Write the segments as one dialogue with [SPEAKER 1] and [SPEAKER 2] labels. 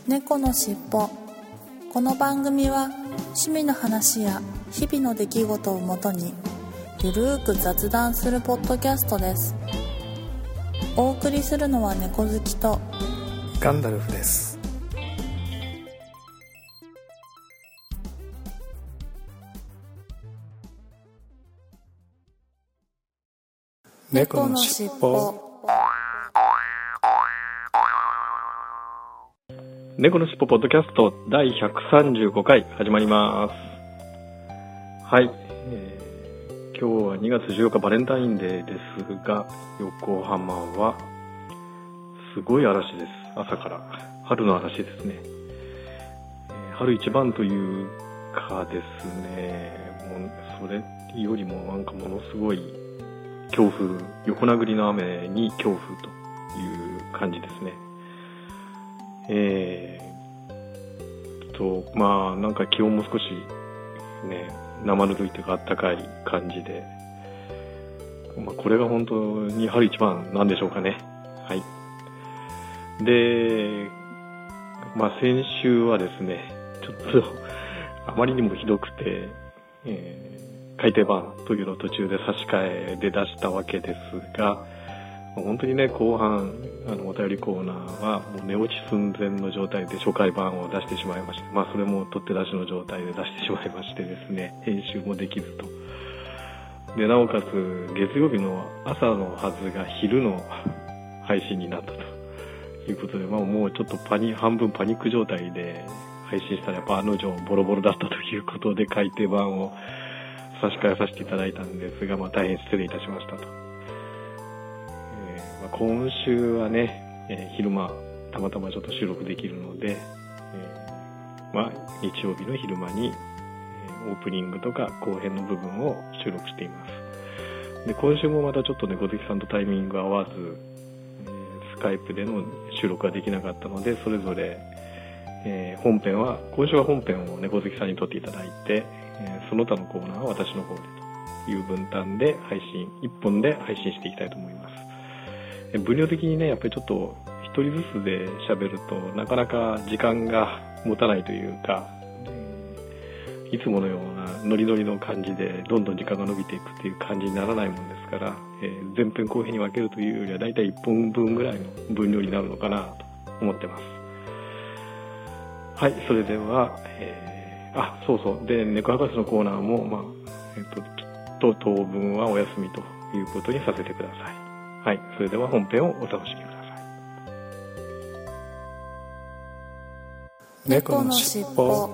[SPEAKER 1] 猫のしっぽ。この番組は趣味の話や日々の出来事をもとにゆるーく雑談するポッドキャストです。お送りするのは猫好きと
[SPEAKER 2] ガンダルフです。猫のしっぽ。
[SPEAKER 3] 猫のしっぽポッドキャスト第135回始まります。はい、今日は2月14日バレンタインデーですが、横浜はすごい嵐です。朝から春の嵐ですね。春一番というかですね、もうそれよりもなんかものすごい強風、横殴りの雨に強風という感じですね。まあなんか気温も少しね、生ぬるいというか暖かい感じで、まあこれが本当に春一番なんでしょうかね。はい。で、まあ先週はですね、ちょっとあまりにもひどくて、改訂版というのを途中で差し替えで出したわけですが、本当にね、後半お便りコーナーはもう寝落ち寸前の状態で初回版を出してしまいまして、まあそれも取って出しの状態で出してしまいましてですね、編集もできずと。で、なおかつ月曜日の朝のはずが昼の配信になったということで、まあもうちょっと半分パニック状態で配信したらやっぱ案の定ボロボロだったということで改訂版を差し替えさせていただいたんですが、まあ大変失礼いたしましたと。今週はね、昼間たまたまちょっと収録できるので、まあ日曜日の昼間に、オープニングとか後編の部分を収録しています。で、今週もまたちょっと猫好きさんとタイミング合わず、スカイプでの収録ができなかったので、それぞれ、今週は本編を猫好きさんに撮っていただいて、その他のコーナーは私の方でという分担で一本で配信していきたいと思います。分量的にね、やっぱりちょっと一人ずつで喋るとなかなか時間が持たないというか、いつものようなノリノリの感じでどんどん時間が伸びていくっていう感じにならないもんですから、前編後編に分けるというよりはだいたい1本分ぐらいの分量になるのかなと思ってます。はい、それでは、で、猫博士のコーナーも、きっと当分はお休みということにさせてください。はい、それでは本編をお楽しみくださ
[SPEAKER 2] い。猫のしっぽ。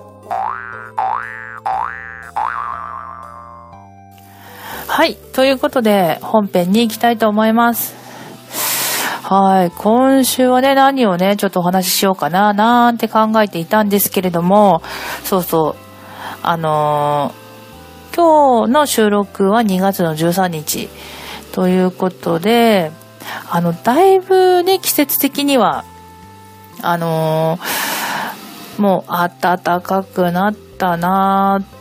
[SPEAKER 4] はい、ということで本編に行きたいと思います。はい、今週はね、何をねちょっとお話ししようかななんて考えていたんですけれども、今日の収録は2月の13日ということで、だいぶね季節的にはもう暖かくなったなーって、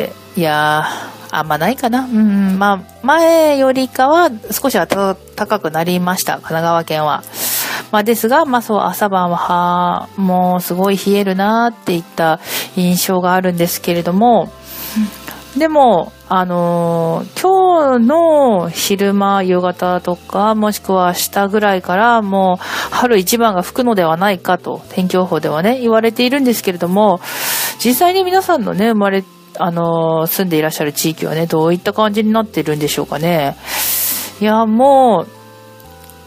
[SPEAKER 4] いやあんまないかな。まあ前よりかは少し暖かくなりました、神奈川県は。まあですが、朝晩はもうすごい冷えるなーっていった印象があるんですけれども、でも今日の昼間夕方とかもしくは明日ぐらいからもう春一番が吹くのではないかと天気予報ではね言われているんですけれども、実際に皆さんのね住んでいらっしゃる地域はねどういった感じになっているんでしょうかね。いやもう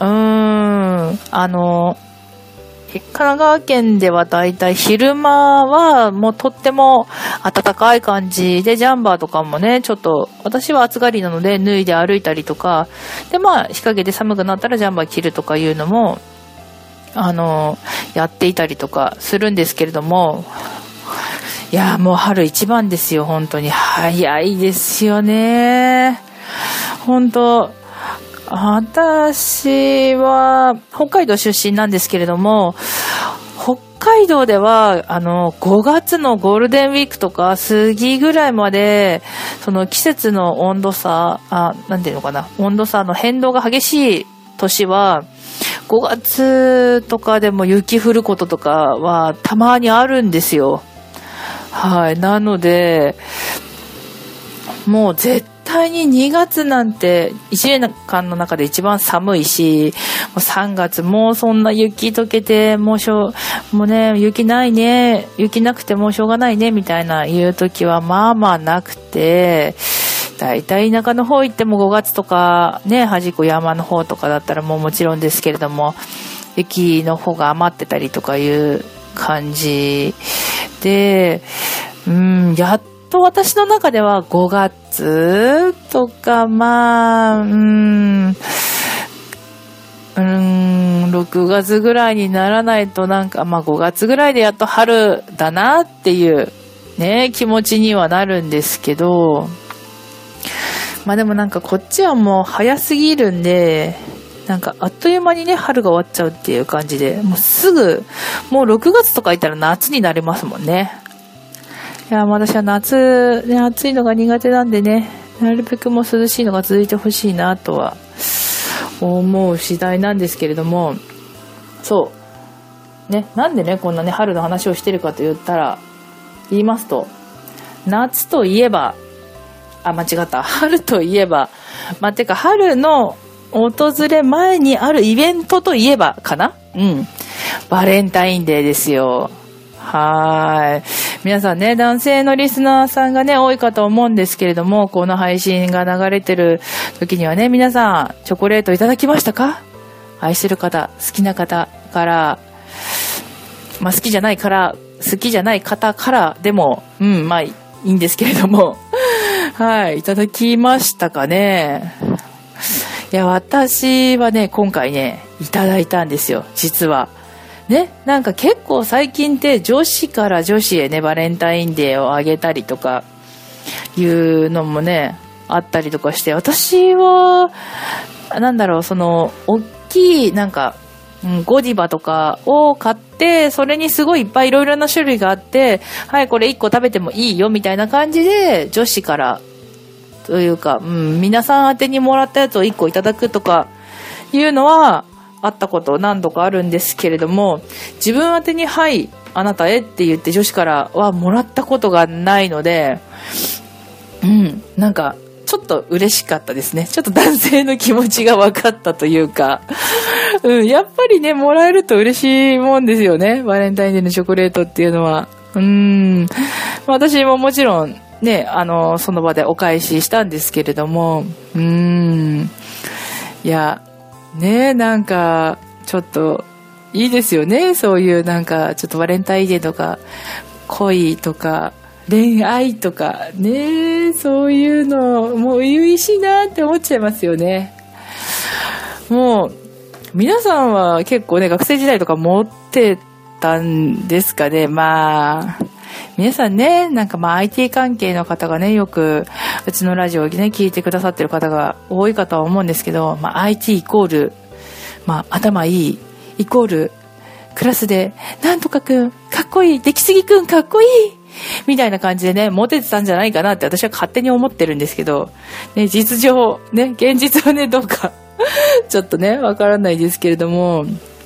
[SPEAKER 4] 神奈川県ではだいたい昼間はもうとっても暖かい感じで、ジャンバーとかもねちょっと私は暑がりなので脱いで歩いたりとかで、日陰で寒くなったらジャンバー着るとかいうのもやっていたりとかするんですけれども、いやもう春一番ですよ。本当に早いですよね。本当私は北海道出身なんですけれども、北海道では5月のゴールデンウィークとか過ぎぐらいまでその季節の温度差温度差の変動が激しい年は 5月とかでも雪降ることとかはたまにあるんですよ。はい。なので、もう絶対に2月なんて1年間の中で一番寒いし、もう3月もうそんな雪溶けて、もうね、雪ないね、雪なくてもうしょうがないね、みたいないう時はまあまあなくて、だいたい田舎の方行っても5月とかね、端っこ山の方とかだったらもちろんですけれども、雪の方が余ってたりとかいう感じで、やっと私の中では5月とか、6月ぐらいにならないとなんか、5月ぐらいでやっと春だなっていうね、気持ちにはなるんですけど、でもなんかこっちはもう早すぎるんで、なんかあっという間にね、春が終わっちゃうっていう感じで、もうすぐ、もう6月とかいったら夏になりますもんね。いや、私は夏、ね、暑いのが苦手なんでね、なるべくもう涼しいのが続いてほしいなとは思う次第なんですけれども、そう。ね、なんでね、こんなね、春の話をしてるかと言いますと、夏といえば、間違った。春といえば、てか春の訪れ前にあるイベントといえばかな？バレンタインデーですよ。はい。皆さんね、男性のリスナーさんがね、多いかと思うんですけれども、この配信が流れてる時にはね、皆さん、チョコレートいただきましたか？愛する方、好きな方から、好きじゃない方からでも、いいんですけれども、はい、いただきましたかね。いや、私はね、今回ね、いただいたんですよ、実は。ね、なんか結構最近って女子から女子へね、バレンタインデーをあげたりとかいうのもね、あったりとかして、私は、その、大きい、ゴディバとかを買って、それにすごいいっぱいいろいろな種類があって、はい、これ1個食べてもいいよみたいな感じで、女子からというか、皆さん宛てにもらったやつを1個いただくとかいうのはあったこと何度かあるんですけれども、自分宛てにはい、あなたへって言って女子からはもらったことがないので、ちょっと嬉しかったですね。ちょっと男性の気持ちが分かったというか、やっぱりね、もらえると嬉しいもんですよね。バレンタインデーのチョコレートっていうのは。私ももちろんね、その場でお返ししたんですけれども、いや、ね、ちょっといいですよね。そういうちょっとバレンタインデーとか、恋とか、恋愛とかね、そういうのもう初々しいなって思っちゃいますよね。もう皆さんは結構ね、学生時代とか持ってたんですかね。皆さんね、IT 関係の方がね、よくうちのラジオをね、聞いてくださってる方が多いかとは思うんですけど、IT イコール、頭いいイコールクラスでなんとかくんかっこいい、出来すぎくんかっこいいみたいな感じでね、モテてたんじゃないかなって私は勝手に思ってるんですけど、ね、実情ね、現実はね、どうかちょっとね、わからないですけれども、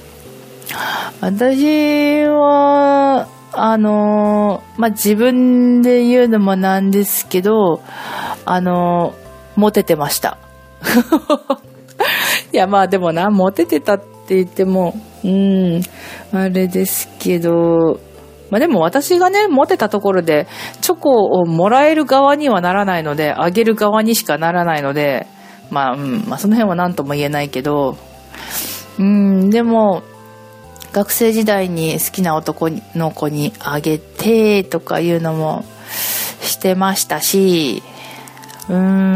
[SPEAKER 4] 私は自分で言うのもなんですけど、モテてましたいや、でもモテてたって言ってもあれですけど、でも私がね、モテたところでチョコをもらえる側にはならないので、あげる側にしかならないので、その辺は何とも言えないけど、でも学生時代に好きな男の子にあげてとかいうのもしてましたし、で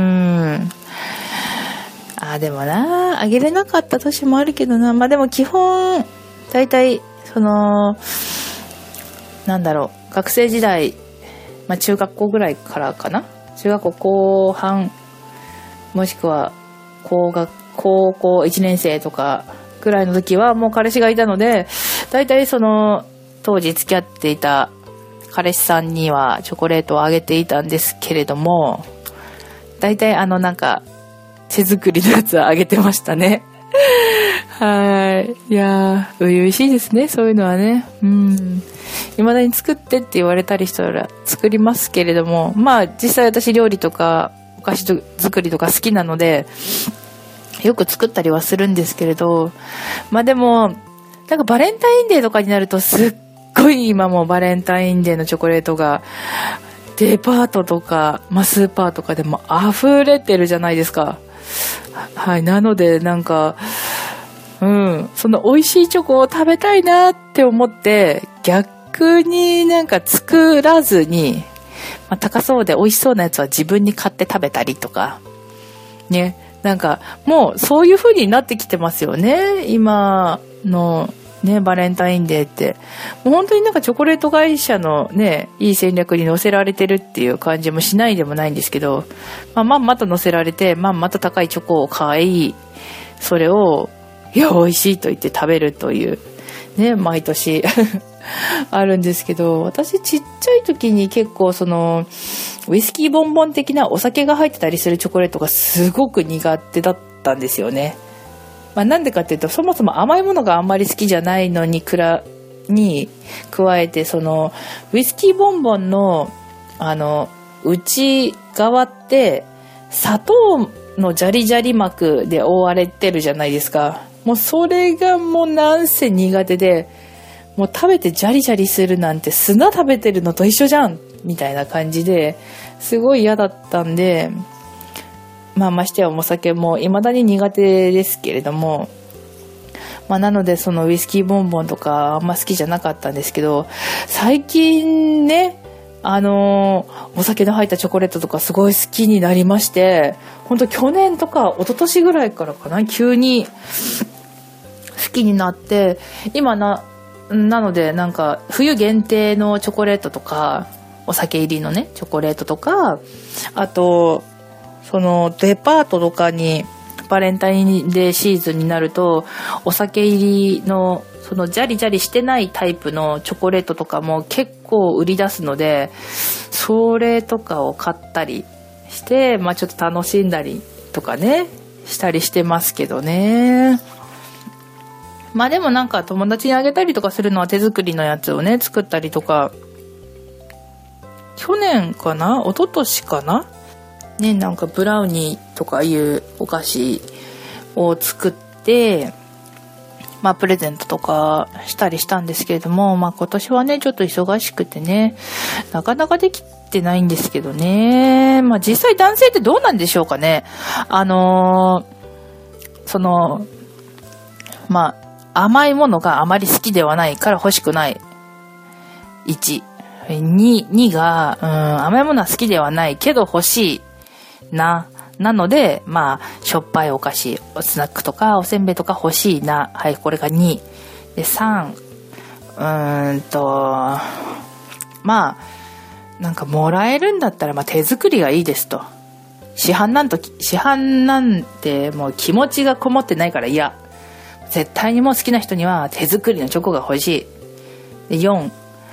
[SPEAKER 4] もあげれなかった年もあるけどな。でも基本だいたい学生時代、中学校ぐらいからかな、中学校後半もしくは高校1年生とかぐらいの時はもう彼氏がいたので、だいたい当時付き合っていた彼氏さんにはチョコレートをあげていたんですけれども、だいたい手作りのやつはあげてましたねはい。いやー、初々しいですね、そういうのはね。未だに作ってって言われたりしたら作りますけれども、まあ実際私料理とかお菓子作りとか好きなので、よく作ったりはするんですけれど、まあでも、なんかバレンタインデーとかになるとすっごい今もバレンタインデーのチョコレートがデパートとか、まあスーパーとかでも溢れてるじゃないですか。はい。なのでなんか、その美味しいチョコを食べたいなって思って、逆になんか作らずに、まあ、高そうで美味しそうなやつは自分に買って食べたりとか、ね。なんかもうそういう風になってきてますよね。今のね、バレンタインデーって。もう本当になんかチョコレート会社のね、いい戦略に乗せられてるっていう感じもしないでもないんですけど、まんまと乗せられて、また高いチョコを買い、それを、いや、美味しいと言って食べるという、ね、毎年あるんですけど、私ちっちゃい時に結構その、ウイスキーボンボン的なお酒が入ってたりするチョコレートがすごく苦手だったんですよね。まあ、なんでかっていうと、そもそも甘いものがあんまり好きじゃないのに加えて、そのウイスキーボンボンの内側って砂糖のジャリジャリ膜で覆われてるじゃないですか。もうそれがもうなんせ苦手で、もう食べてジャリジャリするなんて砂食べてるのと一緒じゃんみたいな感じですごい嫌だったんで、ましてやお酒も未だに苦手ですけれども、なのでそのウイスキーボンボンとかあんま好きじゃなかったんですけど、最近ね、お酒の入ったチョコレートとかすごい好きになりまして、本当去年とか一昨年ぐらいからかな、急に好きになって、今なのでなんか冬限定のチョコレートとか、お酒入りのねチョコレートとか、あとそのデパートとかにバレンタインデーシーズンになるとお酒入りのそのジャリジャリしてないタイプのチョコレートとかも結構売り出すので、それとかを買ったりして、ちょっと楽しんだりとかねしたりしてますけどね。でもなんか友達にあげたりとかするのは手作りのやつをね作ったりとか、去年かな一昨年かなね、なんかブラウニーとかいうお菓子を作って、プレゼントとかしたりしたんですけれども、今年はねちょっと忙しくてねなかなかできてないんですけどね。実際男性ってどうなんでしょうかね。その甘いものがあまり好きではないから欲しくない1、2が甘いものは好きではないけど欲しいなので、しょっぱいお菓子、スナックとかおせんべいとか欲しいな。はい、これが2。で、3。なんかもらえるんだったら、手作りがいいですと。市販なんてもう気持ちがこもってないから嫌。絶対にもう好きな人には手作りのチョコが欲しい。で、4。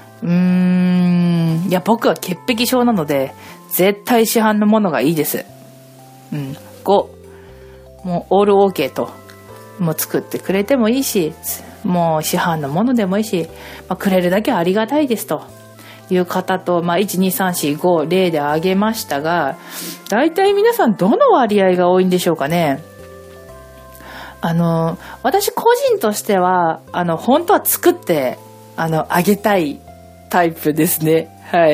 [SPEAKER 4] いや、僕は潔癖症なので、絶対市販のものがいいです。5、もうオールオーケーと、もう作ってくれてもいいし、もう市販のものでもいいし、くれるだけありがたいですという方と、1、2、3、4、5、例で挙げましたが、大体皆さんどの割合が多いんでしょうかね。私個人としては、本当は作ってあげたいタイプですね。はい。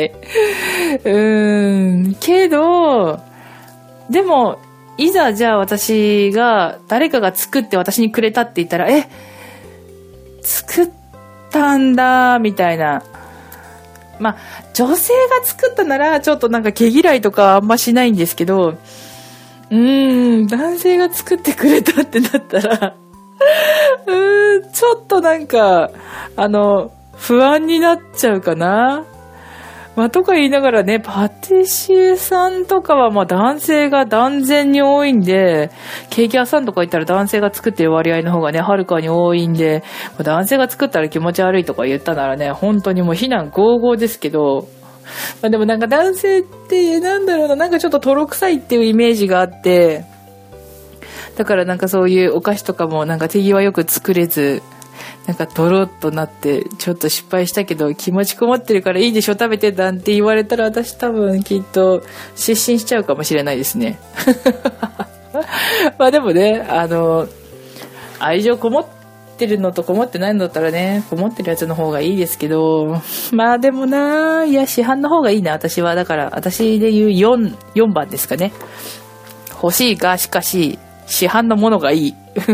[SPEAKER 4] けど、でも、いざじゃあ私が、誰かが作って私にくれたって言ったら、作ったんだ、みたいな。女性が作ったなら、ちょっとなんか毛嫌いとかあんましないんですけど、男性が作ってくれたってなったら、ちょっとなんか、不安になっちゃうかな。とか言いながらね、パティシエさんとかは男性が断然に多いんで、ケーキ屋さんとか行ったら男性が作ってる割合の方がね、はるかに多いんで、男性が作ったら気持ち悪いとか言ったならね、本当にもう非難合々ですけど、でもなんか男性ってなんだろうな、なんかちょっと泥臭いっていうイメージがあって、 だからなんかそういうお菓子とかもなんか手際よく作れず、なんかドロッとなってちょっと失敗したけど気持ちこもってるからいいでしょ食べてなんて言われたら私多分きっと失神しちゃうかもしれないですね。まあでもね、愛情こもってるのとこもってないのだったらね、こもってるやつの方がいいですけど、まあでもな、いや市販の方がいいな私は。だから私で言う4番ですかね。欲しいがしかし市販のものがいい。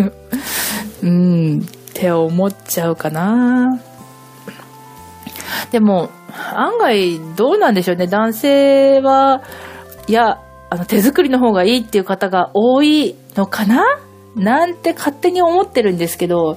[SPEAKER 4] って思っちゃうかな。でも案外どうなんでしょうね。男性はいや手作りの方がいいっていう方が多いのかななんて勝手に思ってるんですけど、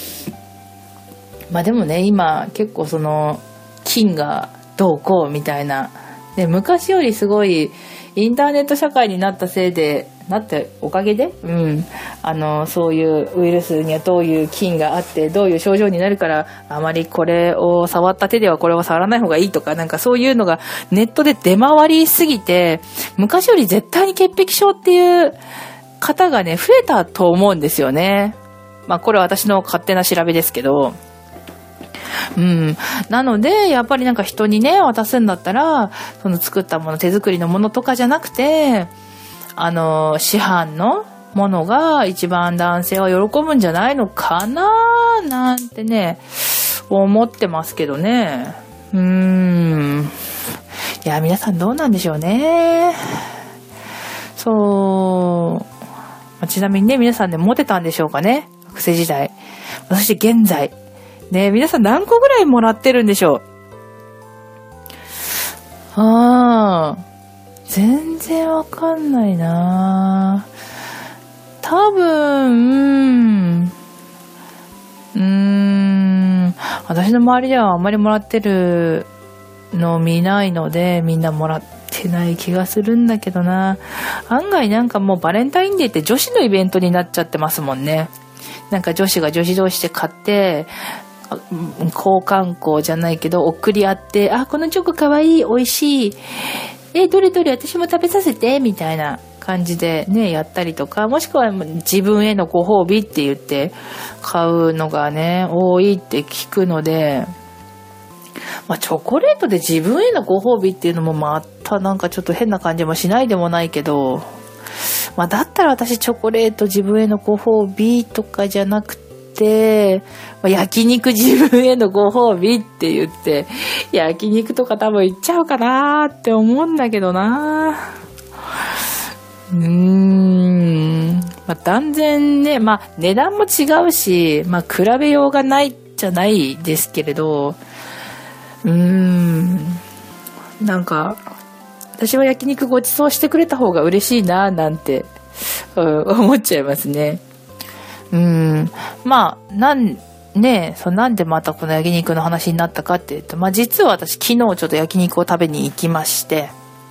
[SPEAKER 4] まあでもね今結構その金がどうこうみたいなで、昔よりすごいインターネット社会になったせいでなっておかげで、そういうウイルスにはどういう菌があってどういう症状になるからあまりこれを触った手ではこれを触らない方がいいとか、なんかそういうのがネットで出回りすぎて昔より絶対に潔癖症っていう方がね増えたと思うんですよね。まあこれは私の勝手な調べですけど、なのでやっぱりなんか人にね渡すんだったらその作ったもの手作りのものとかじゃなくて市販のものが一番男性は喜ぶんじゃないのかななんてね思ってますけどね。いや皆さんどうなんでしょうね。そうちなみにね皆さんねモテたんでしょうかね学生時代。そして現在ね皆さん何個ぐらいもらってるんでしょう。全然わかんないな。多分私の周りではあんまりもらってるのを見ないのでみんなもらってない気がするんだけどな。案外なんかもうバレンタインデーって女子のイベントになっちゃってますもんね。なんか女子が女子同士で買って交換校じゃないけど送り合って、このチョコかわいい美味しいどれどれ私も食べさせてみたいな感じでねやったりとか、もしくは自分へのご褒美って言って買うのがね多いって聞くので、チョコレートで自分へのご褒美っていうのもまたなんかちょっと変な感じもしないでもないけど、だったら私チョコレート自分へのご褒美とかじゃなくて、焼肉自分へのご褒美って言って焼肉とか多分行っちゃうかなって思うんだけどな。断然ね値段も違うし比べようがないじゃないですけれど、なんか私は焼肉ごちそうしてくれた方が嬉しいななんて、思っちゃいますね。なんでまたこの焼肉の話になったかっていうと、実は私昨日ちょっと焼肉を食べに行きまして、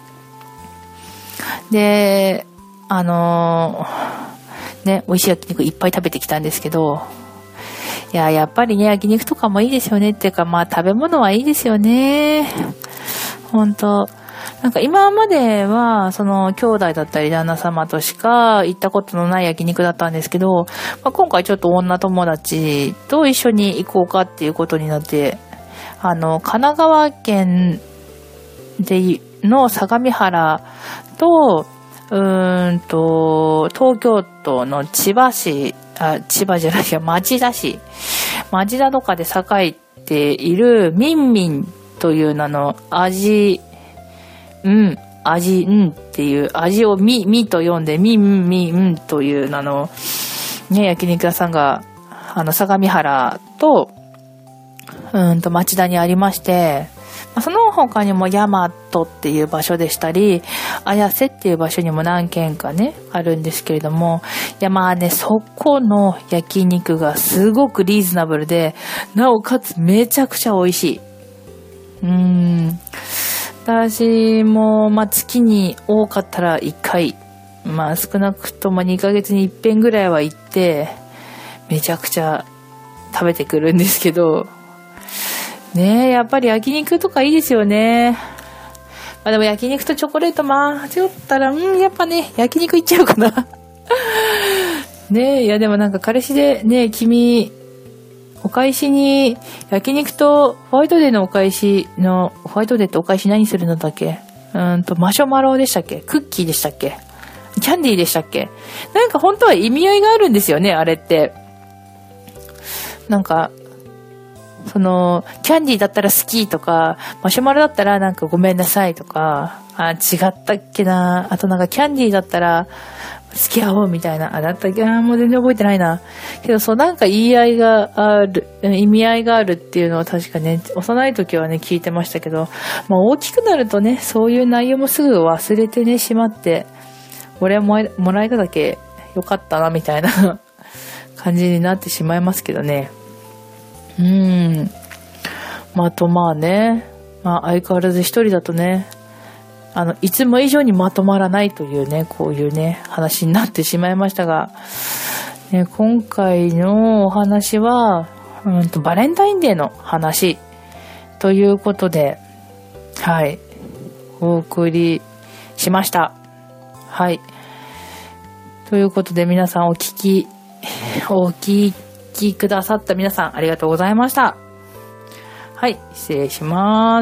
[SPEAKER 4] で美味しい焼肉いっぱい食べてきたんですけど、やっぱりね焼肉とかもいいですよねっていうか食べ物はいいですよね。本当なんか今まではその兄弟だったり旦那様としか行ったことのない焼肉だったんですけど、今回ちょっと女友達と一緒に行こうかっていうことになって、神奈川県での相模原と東京都の町田とかで栄えているミンミンという名の味っていう味をみと読んでみんという名のね焼肉屋さんが相模原と町田にありまして、その他にも大和っていう場所でしたり綾瀬っていう場所にも何軒かねあるんですけれども、そこの焼肉がすごくリーズナブルでなおかつめちゃくちゃ美味しい。私も月に多かったら1回少なくとも2ヶ月に1遍ぐらいは行ってめちゃくちゃ食べてくるんですけどね、やっぱり焼肉とかいいですよね。でも焼肉とチョコレート迷ったらやっぱね焼肉いっちゃうかなねえ、いやでもなんか彼氏でね、君お返しに焼肉とホワイトデーのお返しの、ホワイトデーってお返し何するのだっけ？マシュマロでしたっけ？クッキーでしたっけ？キャンディーでしたっけ？なんか本当は意味合いがあるんですよね、あれって。なんかキャンディーだったら好きとか、マシュマロだったらなんかごめんなさいとか、違ったっけな。あとなんかキャンディーだったら付き合おうみたいな、だったっけな。もう全然覚えてないな。けどなんか言い合いがある、意味合いがあるっていうのは確かね、幼い時はね、聞いてましたけど、大きくなるとね、そういう内容もすぐ忘れてね、しまって、俺はもらい方だけよかったな、みたいな感じになってしまいますけどね。相変わらず一人だとね、いつも以上にまとまらないというね、こういうね、話になってしまいましたが、ね、今回のお話は、バレンタインデーの話ということで、はい、お送りしました。はい。ということで皆さんお聞きくださった皆さんありがとうございました。はい、失礼します。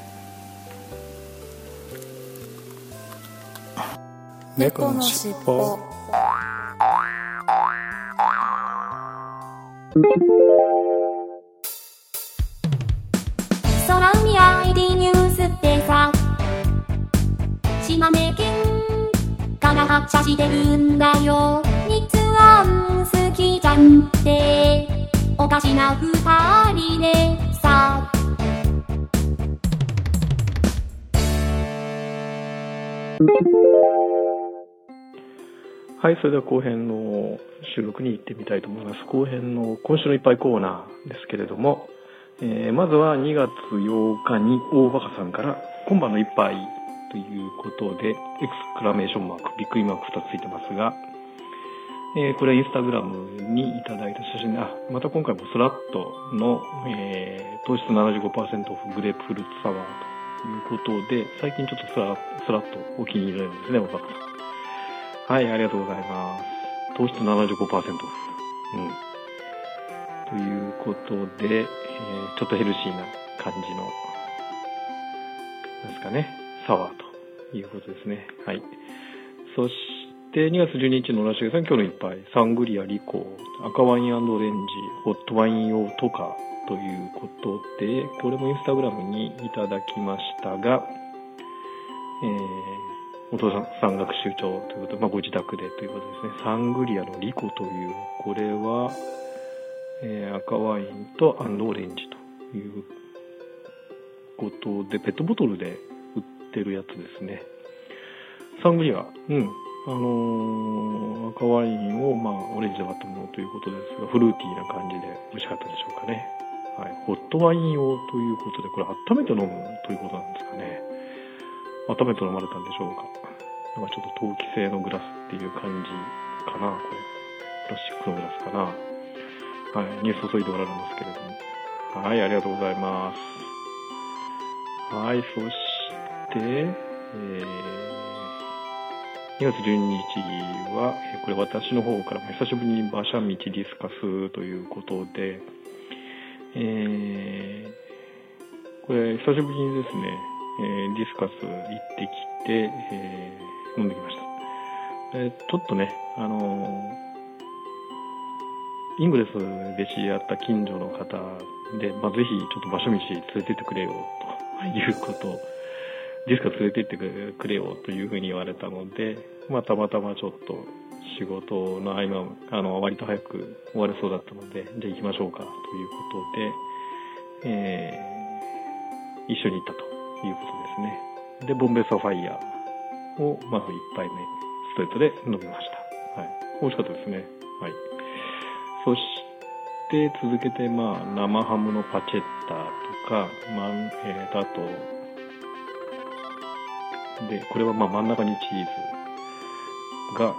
[SPEAKER 2] 猫のしっぽ。
[SPEAKER 5] 空海 ID ニュースってさ、島根県から発車してるんだよ。日安好きじゃんっておかしな二人でさ。
[SPEAKER 3] はい、それでは後編の収録に行ってみたいと思います。後編の今週のいっぱいコーナーですけれども、まずは2月8日に大バカさんから今晩の一杯ということでエクスクラメーションマーク、びっくりマーク2つついてますが、これはインスタグラムにいただいた写真で、また今回もスラットの、糖質 75% オフグレープフルーツサワーということで、最近ちょっとスラットお気に入りなんですね、大バカさん。はい、ありがとうございます。糖質 75% オフ。ということで、ちょっとヘルシーな感じの、なんですかね、サワーということですね。はい。そして、2月12日の村重さん、今日の一杯、サングリアリコー、赤ワイン&オレンジ、ホットワイン用とかということで、これもインスタグラムにいただきましたが、お父さん学習長ということで、ご自宅でということですね。サングリアのリコという、これは、赤ワインとオレンジということで、ペットボトルで売ってるやつですね。サングリア、赤ワインを、オレンジで割ったものということですが、フルーティーな感じで美味しかったでしょうかね。はい。ホットワイン用ということで、これ温めて飲むということなんですかね。温めて飲まれたんでしょうか。なんかちょっと陶器製のグラスっていう感じかな、これ。プラスチックのグラスかな。はい。に注いでおられますけれども。はい、ありがとうございます。はい、そして、2月12日は、これ私の方からも久しぶりに馬車道ディスカスということで、これ久しぶりにですね、ディスカス行ってきて、飲んできました。ちょっとね、イングレスで知り合った近所の方で、ぜひちょっと馬車道連れてってくれよということを、ディスカ連れてってくれよというふうに言われたので、たまたまちょっと仕事の合間、割と早く終われそうだったので、じゃあ行きましょうかということで、一緒に行ったということですね。で、ボンベサファイアをまず1杯目ストレートで飲みました。はい。美味しかったですね。はい。そして続けて生ハムのパチェッタとか、あとでこれは真ん中にチーズが、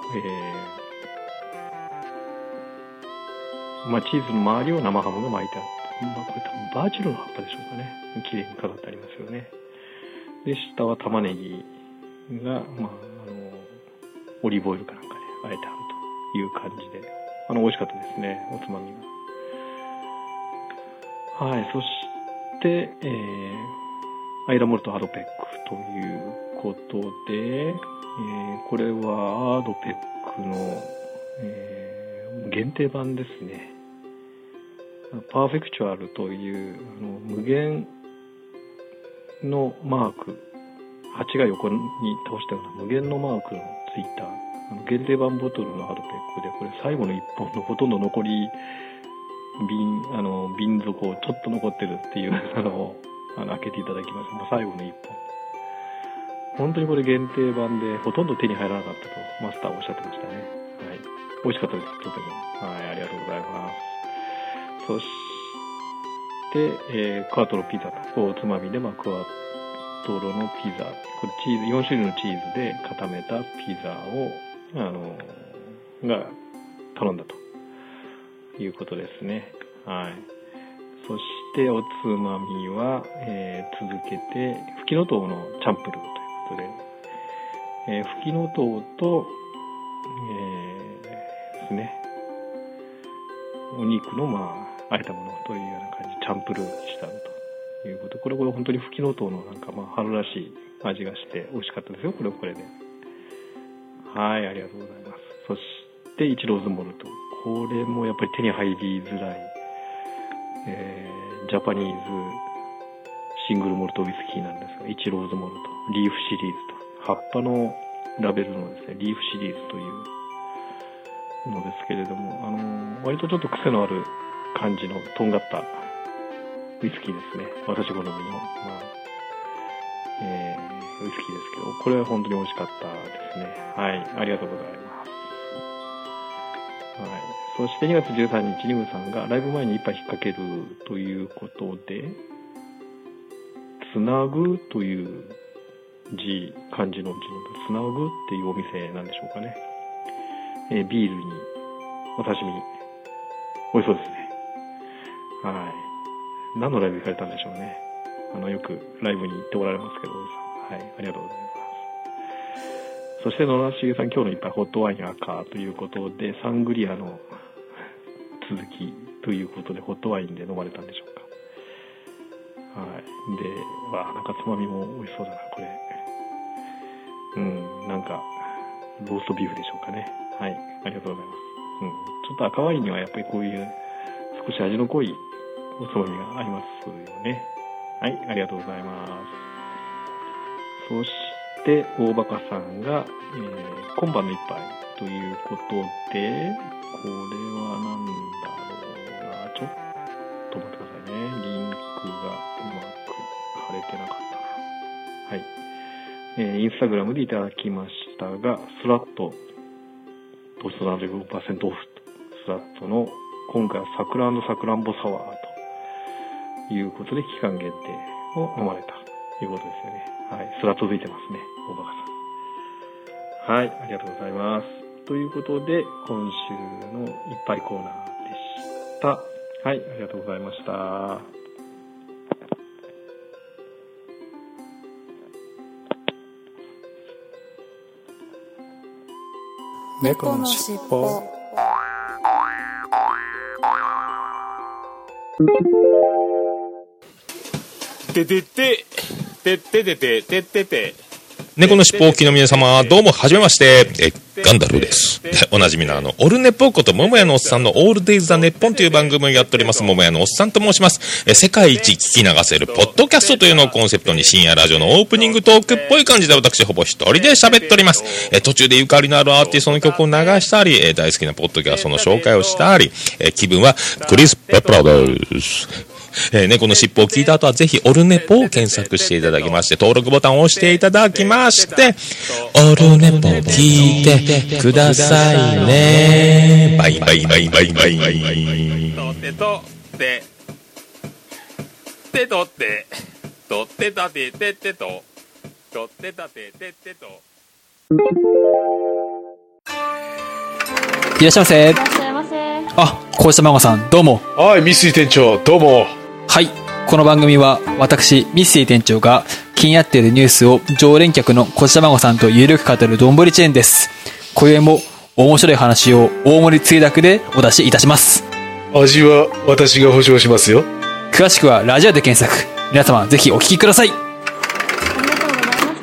[SPEAKER 3] チーズの周りを生ハムが巻いてあって、これ多分バジルの葉っぱでしょうかね。綺麗に飾ってありますよね。で、下は玉ねぎが、オリーブオイルかなんかで和えてあるいう感じで、美味しかったですね、おつまみが。はい、そして、アイラモルトアドペックということで、これはアドペックの、限定版ですね。パーフェクチュアルという無限のマーク、8が横に倒したような無限のマークのついた限定版ボトルのアドペックで、これ最後の1本のほとんど残り瓶底ちょっと残ってるっていうのを開けていただきました。最後の1本、本当にこれ限定版でほとんど手に入らなかったとマスターおっしゃってましたね。はい、美味しかったです、とても。はい、ありがとうございます。そして、クワトロピザとおつまみで、クワトロのピザ、これチーズ4種類のチーズで固めたピザをが頼んだということですね。はい。そしておつまみは、続けてフキノトウのチャンプルーということで、フキノトウと、ですね、お肉のあえたものというような感じでチャンプルーにしたということ。これ本当にフキノトウの春らしい味がして美味しかったですよ。これで。はい、ありがとうございます。そしてイチローズモルト。これもやっぱり手に入りづらい、ジャパニーズシングルモルトウイスキーなんですが、イチローズモルトリーフシリーズと、葉っぱのラベルのですね、リーフシリーズというのですけれども、割とちょっと癖のある感じのとんがったウイスキーですね。私好みの、ウイスキーですけど、これは本当に美味しかったですね。はい、ありがとうございます。はい、そして2月13日にムさんがライブ前に一杯引っ掛けるということで、つなぐという漢字の字のつなぐっていうお店なんでしょうかね。ビールにお刺身、美味しそうですね。はい。何のライブ行かれたんでしょうね。よくライブに行っておられますけど、はい、ありがとうございます。そして野良重さん、今日の一杯ホットワイン赤ということで、サングリアの続きということでホットワインで飲まれたんでしょうか。はい。で、なんかつまみも美味しそうだな、これ。なんかローストビーフでしょうかね。はい、ありがとうございます。ちょっと赤ワインにはやっぱりこういう少し味の濃いおつまみがありますよね。はい、ありがとうございます。そして大バカさんが、今晩の一杯ということで、これは何だろうな、ちょっと待ってくださいね。リンクがうまく貼れてなかったな。はい。インスタグラムでいただきましたが、スラット糖質 75% オフ、スラットの今回はさくらんさくらんぼサワーということで期間限定を飲まれたということですよね。はい、スラット付いてますね、大バカさん。はい、ありがとうございます。ということで今週の一杯コーナーでした。はい、ありがとうございました。
[SPEAKER 2] 猫のしっぽ。
[SPEAKER 6] てててててててててて。
[SPEAKER 7] 猫のしっぽお聞きの皆様、どうもはじめまして、ガンダルです。おなじみのオルネポこと桃屋のおっさんのオールデイズ・ザ・ネッポンという番組をやっております桃屋のおっさんと申します。世界一聞き流せるポッドキャストというのをコンセプトに深夜ラジオのオープニングトークっぽい感じで私ほぼ一人で喋っております。途中でゆかりのあるアーティストの曲を流したり、大好きなポッドキャストの紹介をしたり、気分はクリス・ペプラです。猫のしっぽを聞いた後はぜひオルネポを検索していただきまして登録ボタンを押していただきましてオルネポ聞いてくださいね。バイバイバイバイバイバイ。
[SPEAKER 6] とってとっててとってとってたてててととってたてててと。
[SPEAKER 8] いらっしゃいませ。
[SPEAKER 9] いらっしゃいませ。
[SPEAKER 8] あ、こうしたまごさん、どうも。
[SPEAKER 2] はい、ミスイ店長、どうも。
[SPEAKER 8] はい、この番組は私ミッシー店長が気になっているニュースを常連客のこちたまごさんとゆるく語るどんぶりチェーンです。今宵も面白い話を大盛りつゆだくでお出しいたします。
[SPEAKER 2] 味は私が保証しますよ。
[SPEAKER 8] 詳しくはラジオで検索。皆様ぜひお聞きください。
[SPEAKER 5] ありがとうございました。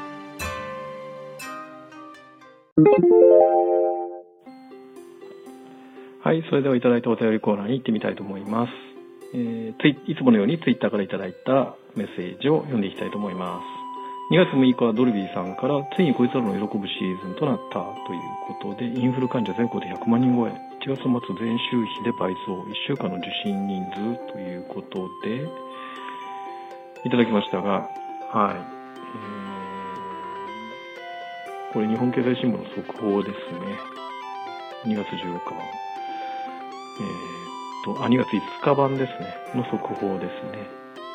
[SPEAKER 3] はい、それではいただいたお便りコーナーに行ってみたいと思います。いつものようにツイッターからいただいたメッセージを読んでいきたいと思います。2月6日はドルビーさんから、ついにこいつらの喜ぶシーズンとなったということで、インフル患者全国で100万人超え、1月末前週比で倍増、1週間の受診人数ということでいただきましたが、はい、これ日本経済新聞の速報ですね。2月14日2月5日版ですねの速報ですね。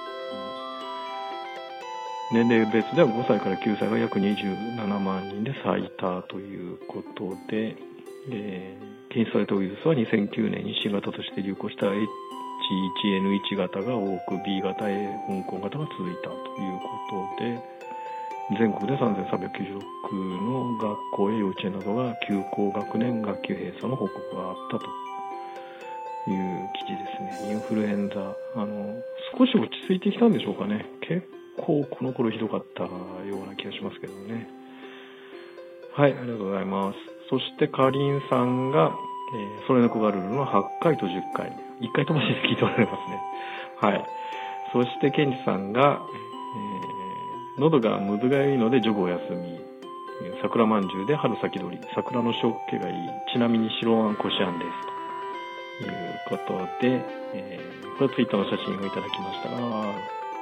[SPEAKER 3] 年齢別では5歳から9歳が約27万人で最多ということで、検出されたウイルスは2009年に新型として流行した H1N1 型が多く B 型、香港型が続いたということで、全国で3396の学校や幼稚園などが休校学年学級閉鎖の報告があったという記事ですね。インフルエンザ、少し落ち着いてきたんでしょうかね。結構この頃ひどかったような気がしますけどね。はい、ありがとうございます。そしてかりんさんが、それのコガルルの8回と10回、1回飛ばしで聞いておられますね。はい。そしてケンチさんが、喉がむずがゆいのでジョグお休み、桜まんじゅうで春先取り、桜の塩気がいい、ちなみに白あんこしあんですということで、これツイッターの写真をいただきましたが、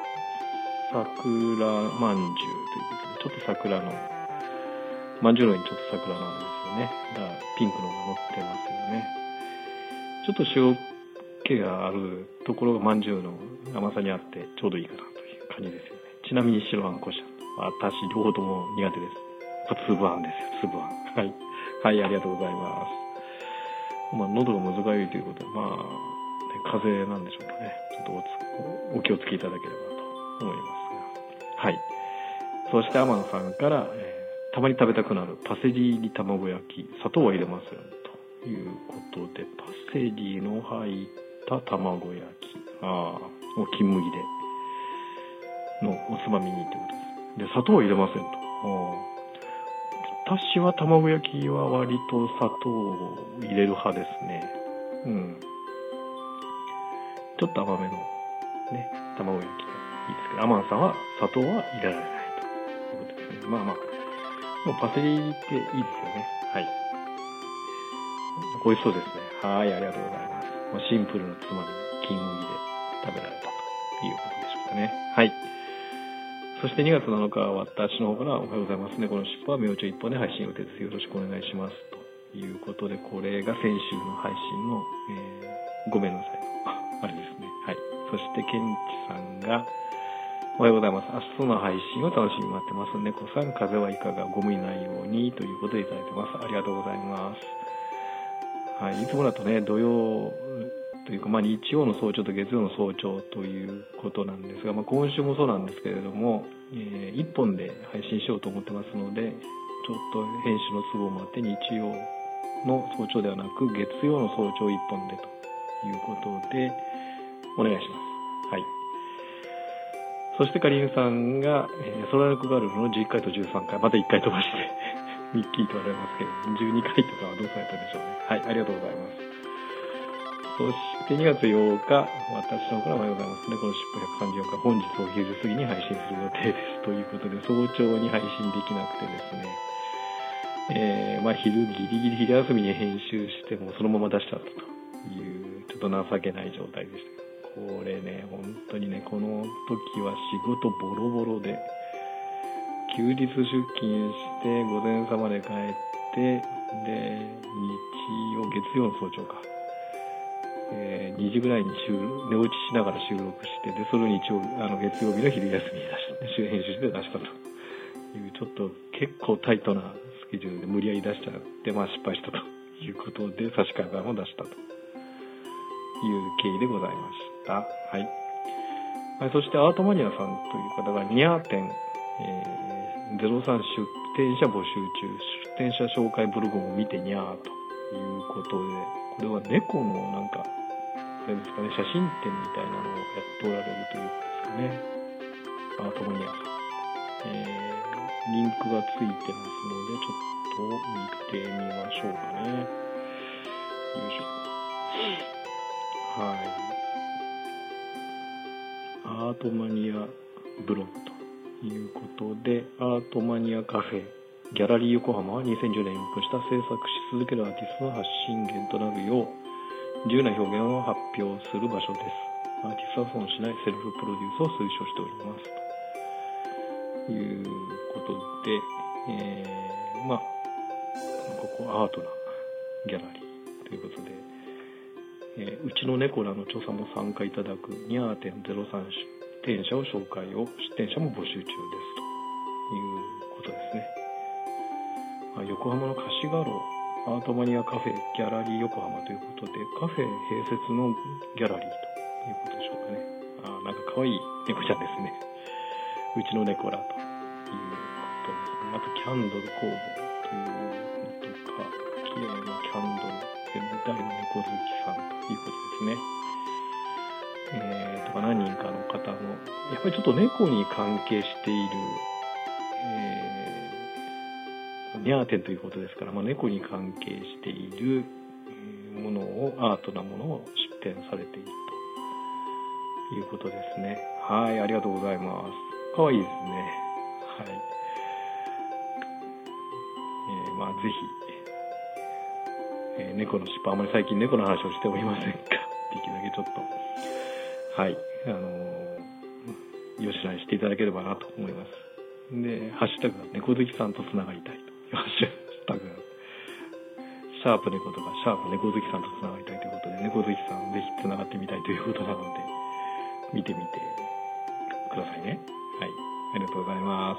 [SPEAKER 3] 桜まんじゅうということで、ちょっと桜のまんじゅうの上にちょっと桜なんですよね。ピンクのが乗ってますよね。ちょっと塩気があるところがまんじゅうの甘さにあってちょうどいいかなという感じですよね。ちなみに白あんこしあん、私両方とも苦手です。やっぱ粒あんですよ、粒あん。はい、はい、ありがとうございます。喉がむずがゆいということで、風邪なんでしょうかね。ちょっとお気をつけいただければと思いますが、はい。そして天野さんから、たまに食べたくなるパセリ入り卵焼き、砂糖は入れませんということで、パセリの入った卵焼き、金麦でのおつまみにということです。で、砂糖は入れませんと。私は卵焼きは割と砂糖を入れる派ですね。うん。ちょっと甘めのね、卵焼きがいいですけど、アマンさんは砂糖は入れられないということですね。もうパセリっていいですよね。はい。美味しそうですね。はい、ありがとうございます。シンプルなつまみ、金麦で食べられたということでしょうかね。はい。そして2月7日は私の方からおはようございますね。この尻尾は明朝一本で配信予定です。よろしくお願いします。ということで、これが先週の配信の、ごめんなさい。あれですね。はい。そしてケンチさんが、おはようございます。明日の配信を楽しみに待ってます。猫さん、風邪はいかが、ご無理ないようにということでいただいてます。ありがとうございます。はい。いつもだとね、土曜というか、日曜の早朝と月曜の早朝ということなんですが、今週もそうなんですけれども、1本で配信しようと思ってますので、ちょっと編集の都合もあって日曜の早朝ではなく月曜の早朝1本でということでお願いします。はい。そしてかりんさんが、ソラルクガルルの11回と13回、また1回飛ばしてミッキーと言われますけど、12回とかはどうされたでしょうね。はい、ありがとうございます。そして2月8日、私の方からおはようございますね。このしっぽ134回、本日お昼過ぎに配信する予定ですということで、早朝に配信できなくてですね、昼ギリギリ昼休みに編集してもそのまま出しちゃったというちょっと情けない状態でした。これね、本当にね、この時は仕事ボロボロで、休日出勤して午前様で帰って、で月曜の早朝か、2時ぐらいに寝落ちしながら収録して、でそれを月曜日の昼休みに出して編集して出したという、ちょっと結構タイトなスケジュールで無理やり出しちゃって、失敗したということで差し替え版を出したという経緯でございました。はい。そしてアートマニアさんという方がニャー展、 03出店者募集中、出店者紹介ブログも見てにゃーということで、これは猫のなんかあれですかね、写真展みたいなのをやっておられるということですかね。アートマニアさん、リンクがついてますのでちょっと見てみましょうかね。よいしょ。はい、アートマニアブログということで、アートマニアカフェギャラリー横浜は2010年にオープンした制作し続けるアーティストの発信源となるよう自由な表現を発表する場所です。アーティストは損しないセルフプロデュースを推奨しておりますということで、ここアートなギャラリーということで、うちの猫らの調査も参加いただくニャー店03出店者を紹介を出店者も募集中ですということですね。横浜の貸し画廊アートマニアカフェギャラリー横浜ということで、カフェ併設のギャラリーということでしょうかね。なんか可愛い猫ちゃんですね。うちの猫らということですね。あとキャンドル工房というのとか、綺麗なキャンドル全体の猫好きさんということですね。とか何人かの方のやっぱりちょっと猫に関係しているニャー店ということですから、猫に関係しているものをアートなものを出展されているということですね。はい、ありがとうございます。かわいいですね。はい。ぜひ、猫の尻尾、あまり最近猫の話をしておりませんが、できるだけちょっとはいよしなにしていただければなと思います。で、ハッシュタグは猫好きさんとつながりたいと。ハッシュタグシャープ猫とかシャープ猫好きさんとつながりたいということで、猫好きさんぜひつながってみたいということなので見てみてくださいね。はい、ありがとうございます。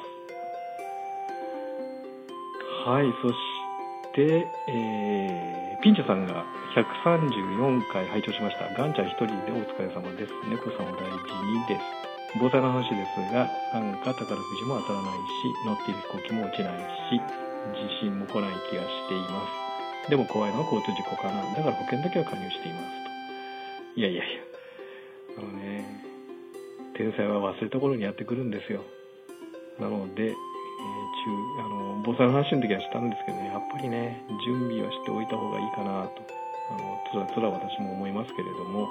[SPEAKER 3] はい、そしてピンチョさんが134回拝聴しました。ガンちゃん一人でお疲れ様です。猫さんを大事にです。防災の話ですが、なんか宝くじも当たらないし、乗っている飛行機も落ちないし、地震も来ない気がしています。でも怖いのは交通事故かな。だから保険だけは加入していますと。いや天災は忘れた頃にやってくるんですよ。なので、防災の話の時はしたんですけどね、やっぱりね、準備はしておいた方がいいかなと、つら私も思いますけれども、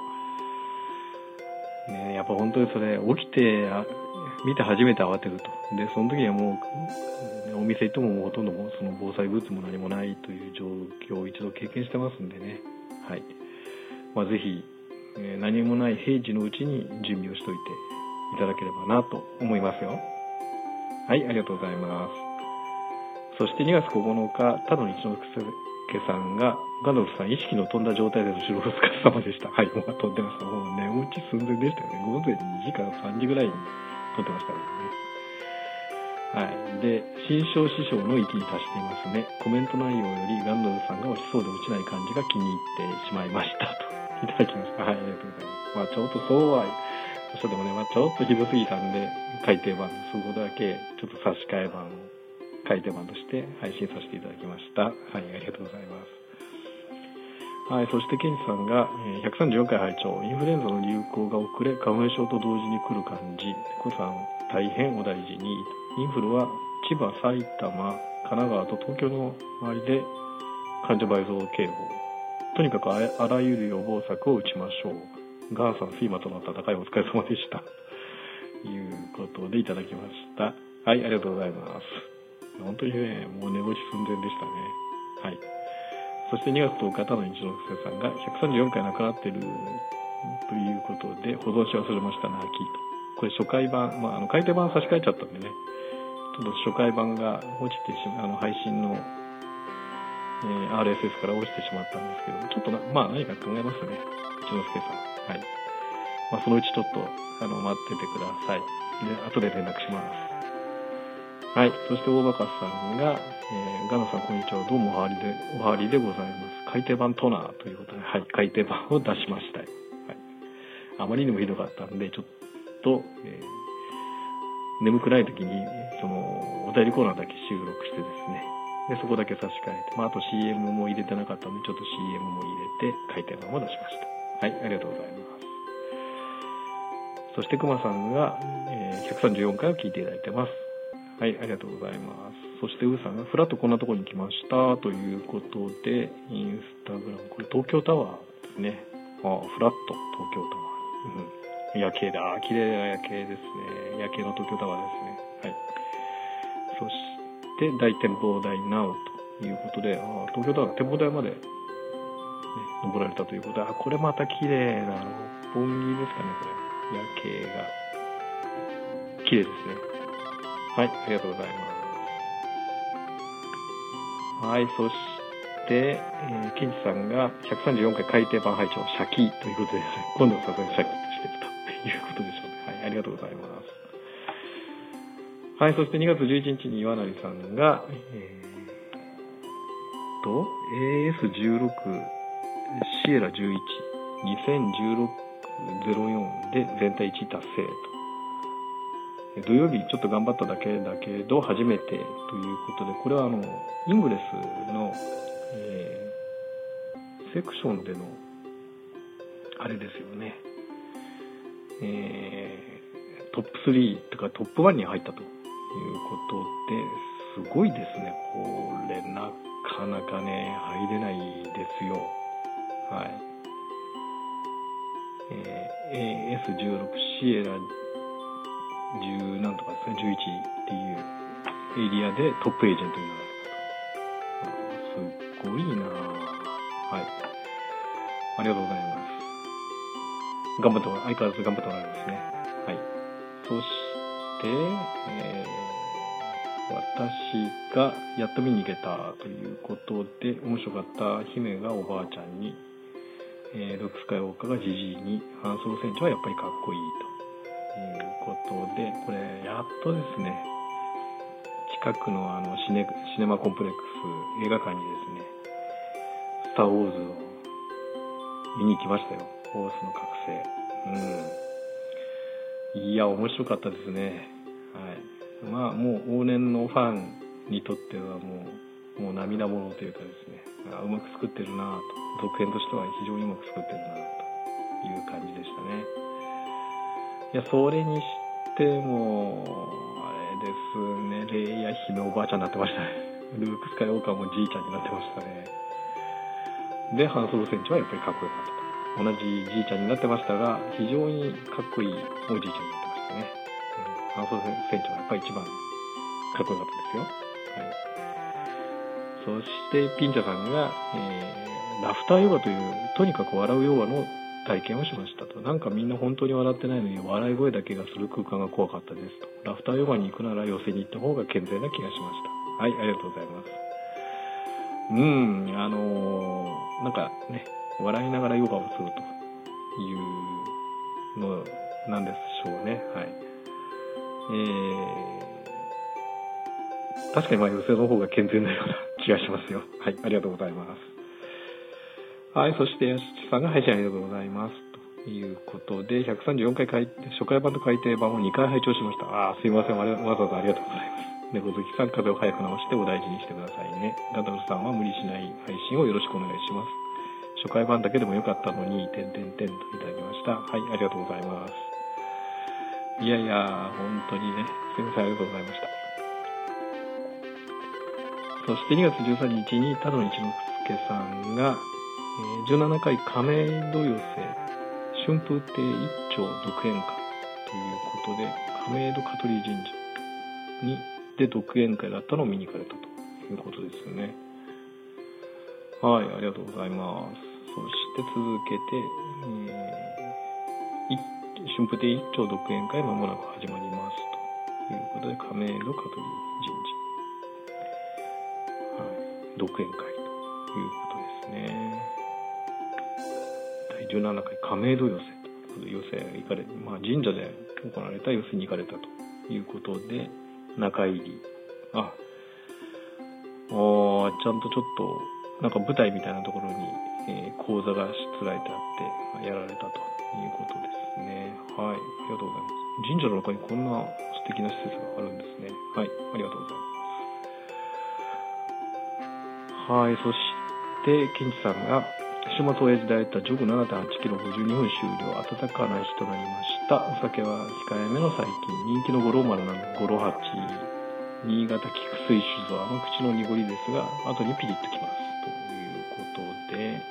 [SPEAKER 3] ね、やっぱ本当にそれ起きて見て初めて慌てると。でその時にはもうお店行ってもほとんどその防災グッズも何もないという状況を一度経験してますんでね。はい。ぜひ、何もない平時のうちに準備をしておいていただければなと思いますよ。はい、ありがとうございます。そして2月9日、ただの一之輔さんが、ガンダルフさん意識の飛んだ状態での収録お疲れ様でした。はい、もう飛んでました。もう寝落ち寸前でしたよね。午前2時から3時ぐらいに撮ってましたからね。はい。で、新章師匠の域に達していますね。コメント内容よりガンダルフさんが落ちそうで落ちない感じが気に入ってしまいましたといただきました。はい、ありがとうございます。ちょっとそうはおっしゃってもね、ちょっとひどすぎたんで、改訂版そこだけちょっと差し替え版を改訂版として配信させていただきました。はい、ありがとうございます。はい、そしてケンチさんが134回拝聴。インフルエンザの流行が遅れ、花粉症と同時に来る感じ。コさん大変お大事に。インフルは千葉、埼玉、神奈川と東京の周りで患者倍増警報。とにかくあらゆる予防策を打ちましょう。ガンさん、睡魔との戦いお疲れ様でした。ということでいただきました。はい、ありがとうございます。本当にね、もう寝落ち寸前でしたね。はい。そして2月10日、ただの一之輔さんが134回亡くなっているということで、保存し忘れましたな、キーと。これ初回版、改訂版差し替えちゃったんでね、ちょっと初回版が落ちて配信の、RSS から落ちてしまったんですけど、ちょっと何か考えますね、一之輔さん。はい。そのうちちょっと、待っててください。で、後で連絡します。はい。そして大バカさんが、ガナさんこんにちは。どうもおはりでございます。改訂版トナーということで、はい。改訂版を出しました。はい。あまりにもひどかったんで、ちょっと、 眠くない時にそのお便りコーナーだけ収録してですね、でそこだけ差し替えて、あと CM も入れてなかったのでちょっと CM も入れて改訂版を出しました。はい、ありがとうございます。そしてくまさんが、134回を聞いていただいてます。はい、ありがとうございます。そしてうーさんがフラッとこんなところに来ましたということで、インスタグラム、これ東京タワーですね。フラッと東京タワー、夜景だ、綺麗な夜景ですね。夜景の東京タワーですね。はい。そして大展望台 NOW ということで、東京タワー展望台まで、ね、登られたということで、これまた綺麗な六本木ですかね、これ。夜景が綺麗ですね。はい、ありがとうございます。はい、そして、ケンチさんが134回改訂版拝聴、シャキということで、今度はさすがにシャキッとしてるということでしょうね。はい、ありがとうございます。はい、そして2月11日に岩成さんが、AS16 シエラ11 2016-04で全体1位達成と。土曜日ちょっと頑張っただけだけど初めてということで、これはイングレスの、セクションでのあれですよね、トップ3とかトップ1に入ったということで、すごいですね。これなかなかね入れないですよ。はい。AS16 シエラ10なんとかですね、11っていうエリアでトップエージェントになられたと。すごいなぁ。はい。ありがとうございます。相変わらず頑張っておられますね。はい。そして、私がやっと見に行けたということで、面白かった姫がおばあちゃんに、ルーク・スカイウォーカーがジジイに、ハンソロ船長はやっぱりかっこいいということで、これやっとですね、近くのシネマコンプレックス映画館にですね、スター・ウォーズを見に行きましたよ。フォースの覚醒。いや面白かったですね。はい。まあもう往年のファンにとってはもう涙ものというかですね、うまく作ってるなと、続編としては非常にうまく作ってるなという感じでしたね。いやそれにしてもあれですね、レイヤ姫おばあちゃんになってましたね。ルーク・スカイウォーカーもじいちゃんになってましたね。でハンソロ船長はやっぱりかっこよかったと。同じじいちゃんになってましたが、非常にかっこいいおじいちゃんになってましたね。ハンソロ船長はやっぱり一番かっこよかったですよ。はい。そしてピンチャさんが、ラフターヨガというとにかく笑うヨガの体験をしましたと。なんかみんな本当に笑ってないのに笑い声だけがする空間が怖かったですと。ラフターヨガに行くなら寄せに行った方が健全な気がしました。はい、ありがとうございます。なんかね、笑いながらヨガをするというのなんでしょうね。はい。確かに寄せの方が健全なような気がしますよ。はい、ありがとうございます。はい、そしてやしさんが配信ありがとうございますということで、134回初回版と改訂版を2回拝聴しました。すいません、わざわざありがとうございます。猫好きさん、風邪を早く治してお大事にしてくださいね。ガダルさんは無理しない配信をよろしくお願いします。初回版だけでもよかったのに、といただきました。はい、ありがとうございます。いやいや、本当にね、すいません、ありがとうございました。そして2月13日に、田野一之輔さんが、17回亀戸寄せ、春風亭一丁独演会ということで、亀戸香取神社に、で独演会だったのを見に行かれたということですよね。はい、ありがとうございます。そして続けて、春風亭一丁独演会まもなく始まりますということで、亀戸香取神社、はい、独演会ということですね。第17回亀戸寄せということで、寄せ行かれ、神社で行われた寄せに行かれたということで、中入り、ちゃんとちょっとなんか舞台みたいなところに、講座がしつらえてあってやられたということですね。はい、ありがとうございます。 神社の中にこんな素敵な施設があるんですね。はい、ありがとうございます。はい、そしてケンチさんが週末親父で会えたジョグ 7.8 キロ52分終了、暖かな日となりました。お酒は控えめの最近、人気の五郎丸なの五郎八、新潟菊水酒造、甘口の濁りですが後にピリッときますということで、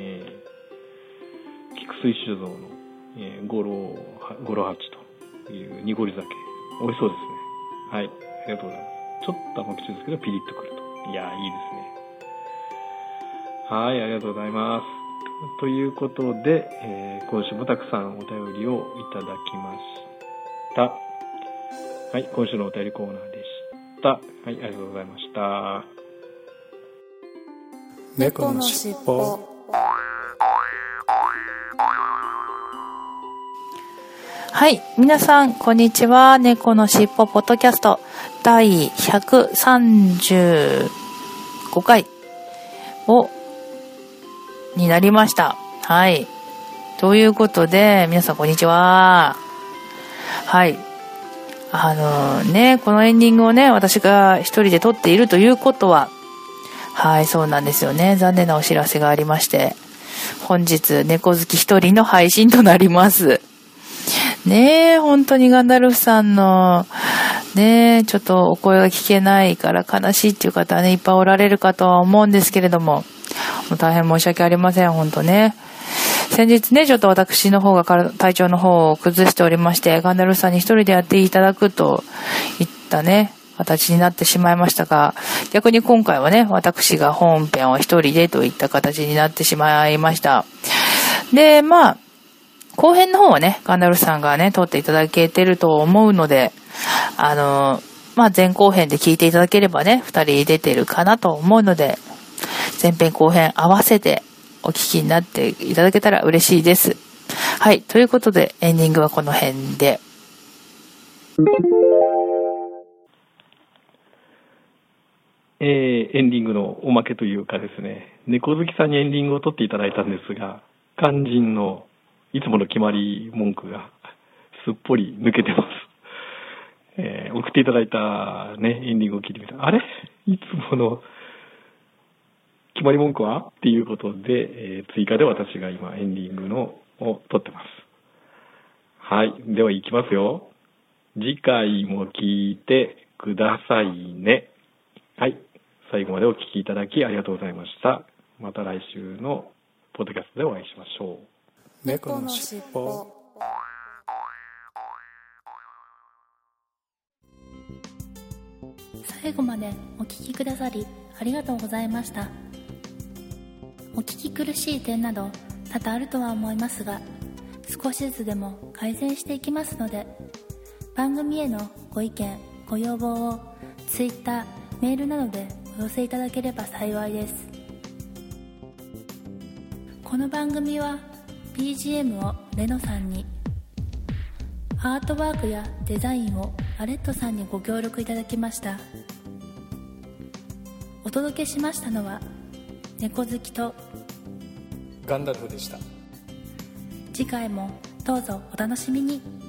[SPEAKER 3] 菊水酒造の、五郎八という濁り酒、美味しそうですね。はい、ありがとうございます。ちょっと甘口ですけどピリッとくると、いやいいですね。はい、ありがとうございます。ということで、今週もたくさんお便りをいただきました。はい、今週のお便りコーナーでした。はい、ありがとうございました。
[SPEAKER 2] 猫のしっぽ。
[SPEAKER 4] はい。皆さん、こんにちは。猫のしっぽポッドキャスト第135回になりました。はい。ということで、皆さんこんにちは。はい。このエンディングをね、私が一人で撮っているということは、はい、そうなんですよね。残念なお知らせがありまして、本日、猫好き一人の配信となります。ねえ、本当にガンダルフさんの、ねえ、ちょっとお声が聞けないから悲しいっていう方はね、いっぱいおられるかとは思うんですけれども、大変申し訳ありません、本当ね。先日ね、ちょっと私の方が体調の方を崩しておりまして、ガンダルフさんに一人でやっていただくといったね、形になってしまいましたが、逆に今回はね、私が本編を一人でといった形になってしまいました。で、後編の方はね、ガンダルフさんがね、撮っていただけてると思うので、前後編で聞いていただければね、二人出てるかなと思うので、前編後編合わせてお聞きになっていただけたら嬉しいです。はい。ということで、エンディングはこの辺で。
[SPEAKER 3] エンディングのおまけというかですね、猫好きさんにエンディングを撮っていただいたんですが、肝心のいつもの決まり文句がすっぽり抜けてます。送っていただいたね、エンディングを聞いてみたら、あれいつもの決まり文句はっていうことで、追加で私が今エンディングのを撮ってます。はい。では行きますよ。次回も聞いてくださいね。はい。最後までお聞きいただきありがとうございました。また来週のポッドキャストでお会いしましょう。
[SPEAKER 2] 猫のしっぽ。
[SPEAKER 1] 最後までお聞きくださりありがとうございました。お聞き苦しい点など多々あるとは思いますが、少しずつでも改善していきますので、番組へのご意見ご要望を Twitter、メールなどでお寄せいただければ幸いです。この番組は BGM をレノさんに、アートワークやデザインをアレットさんにご協力いただきました。お届けしましたのは猫好きと
[SPEAKER 2] ガンダルフでした。
[SPEAKER 1] 次回もどうぞお楽しみに。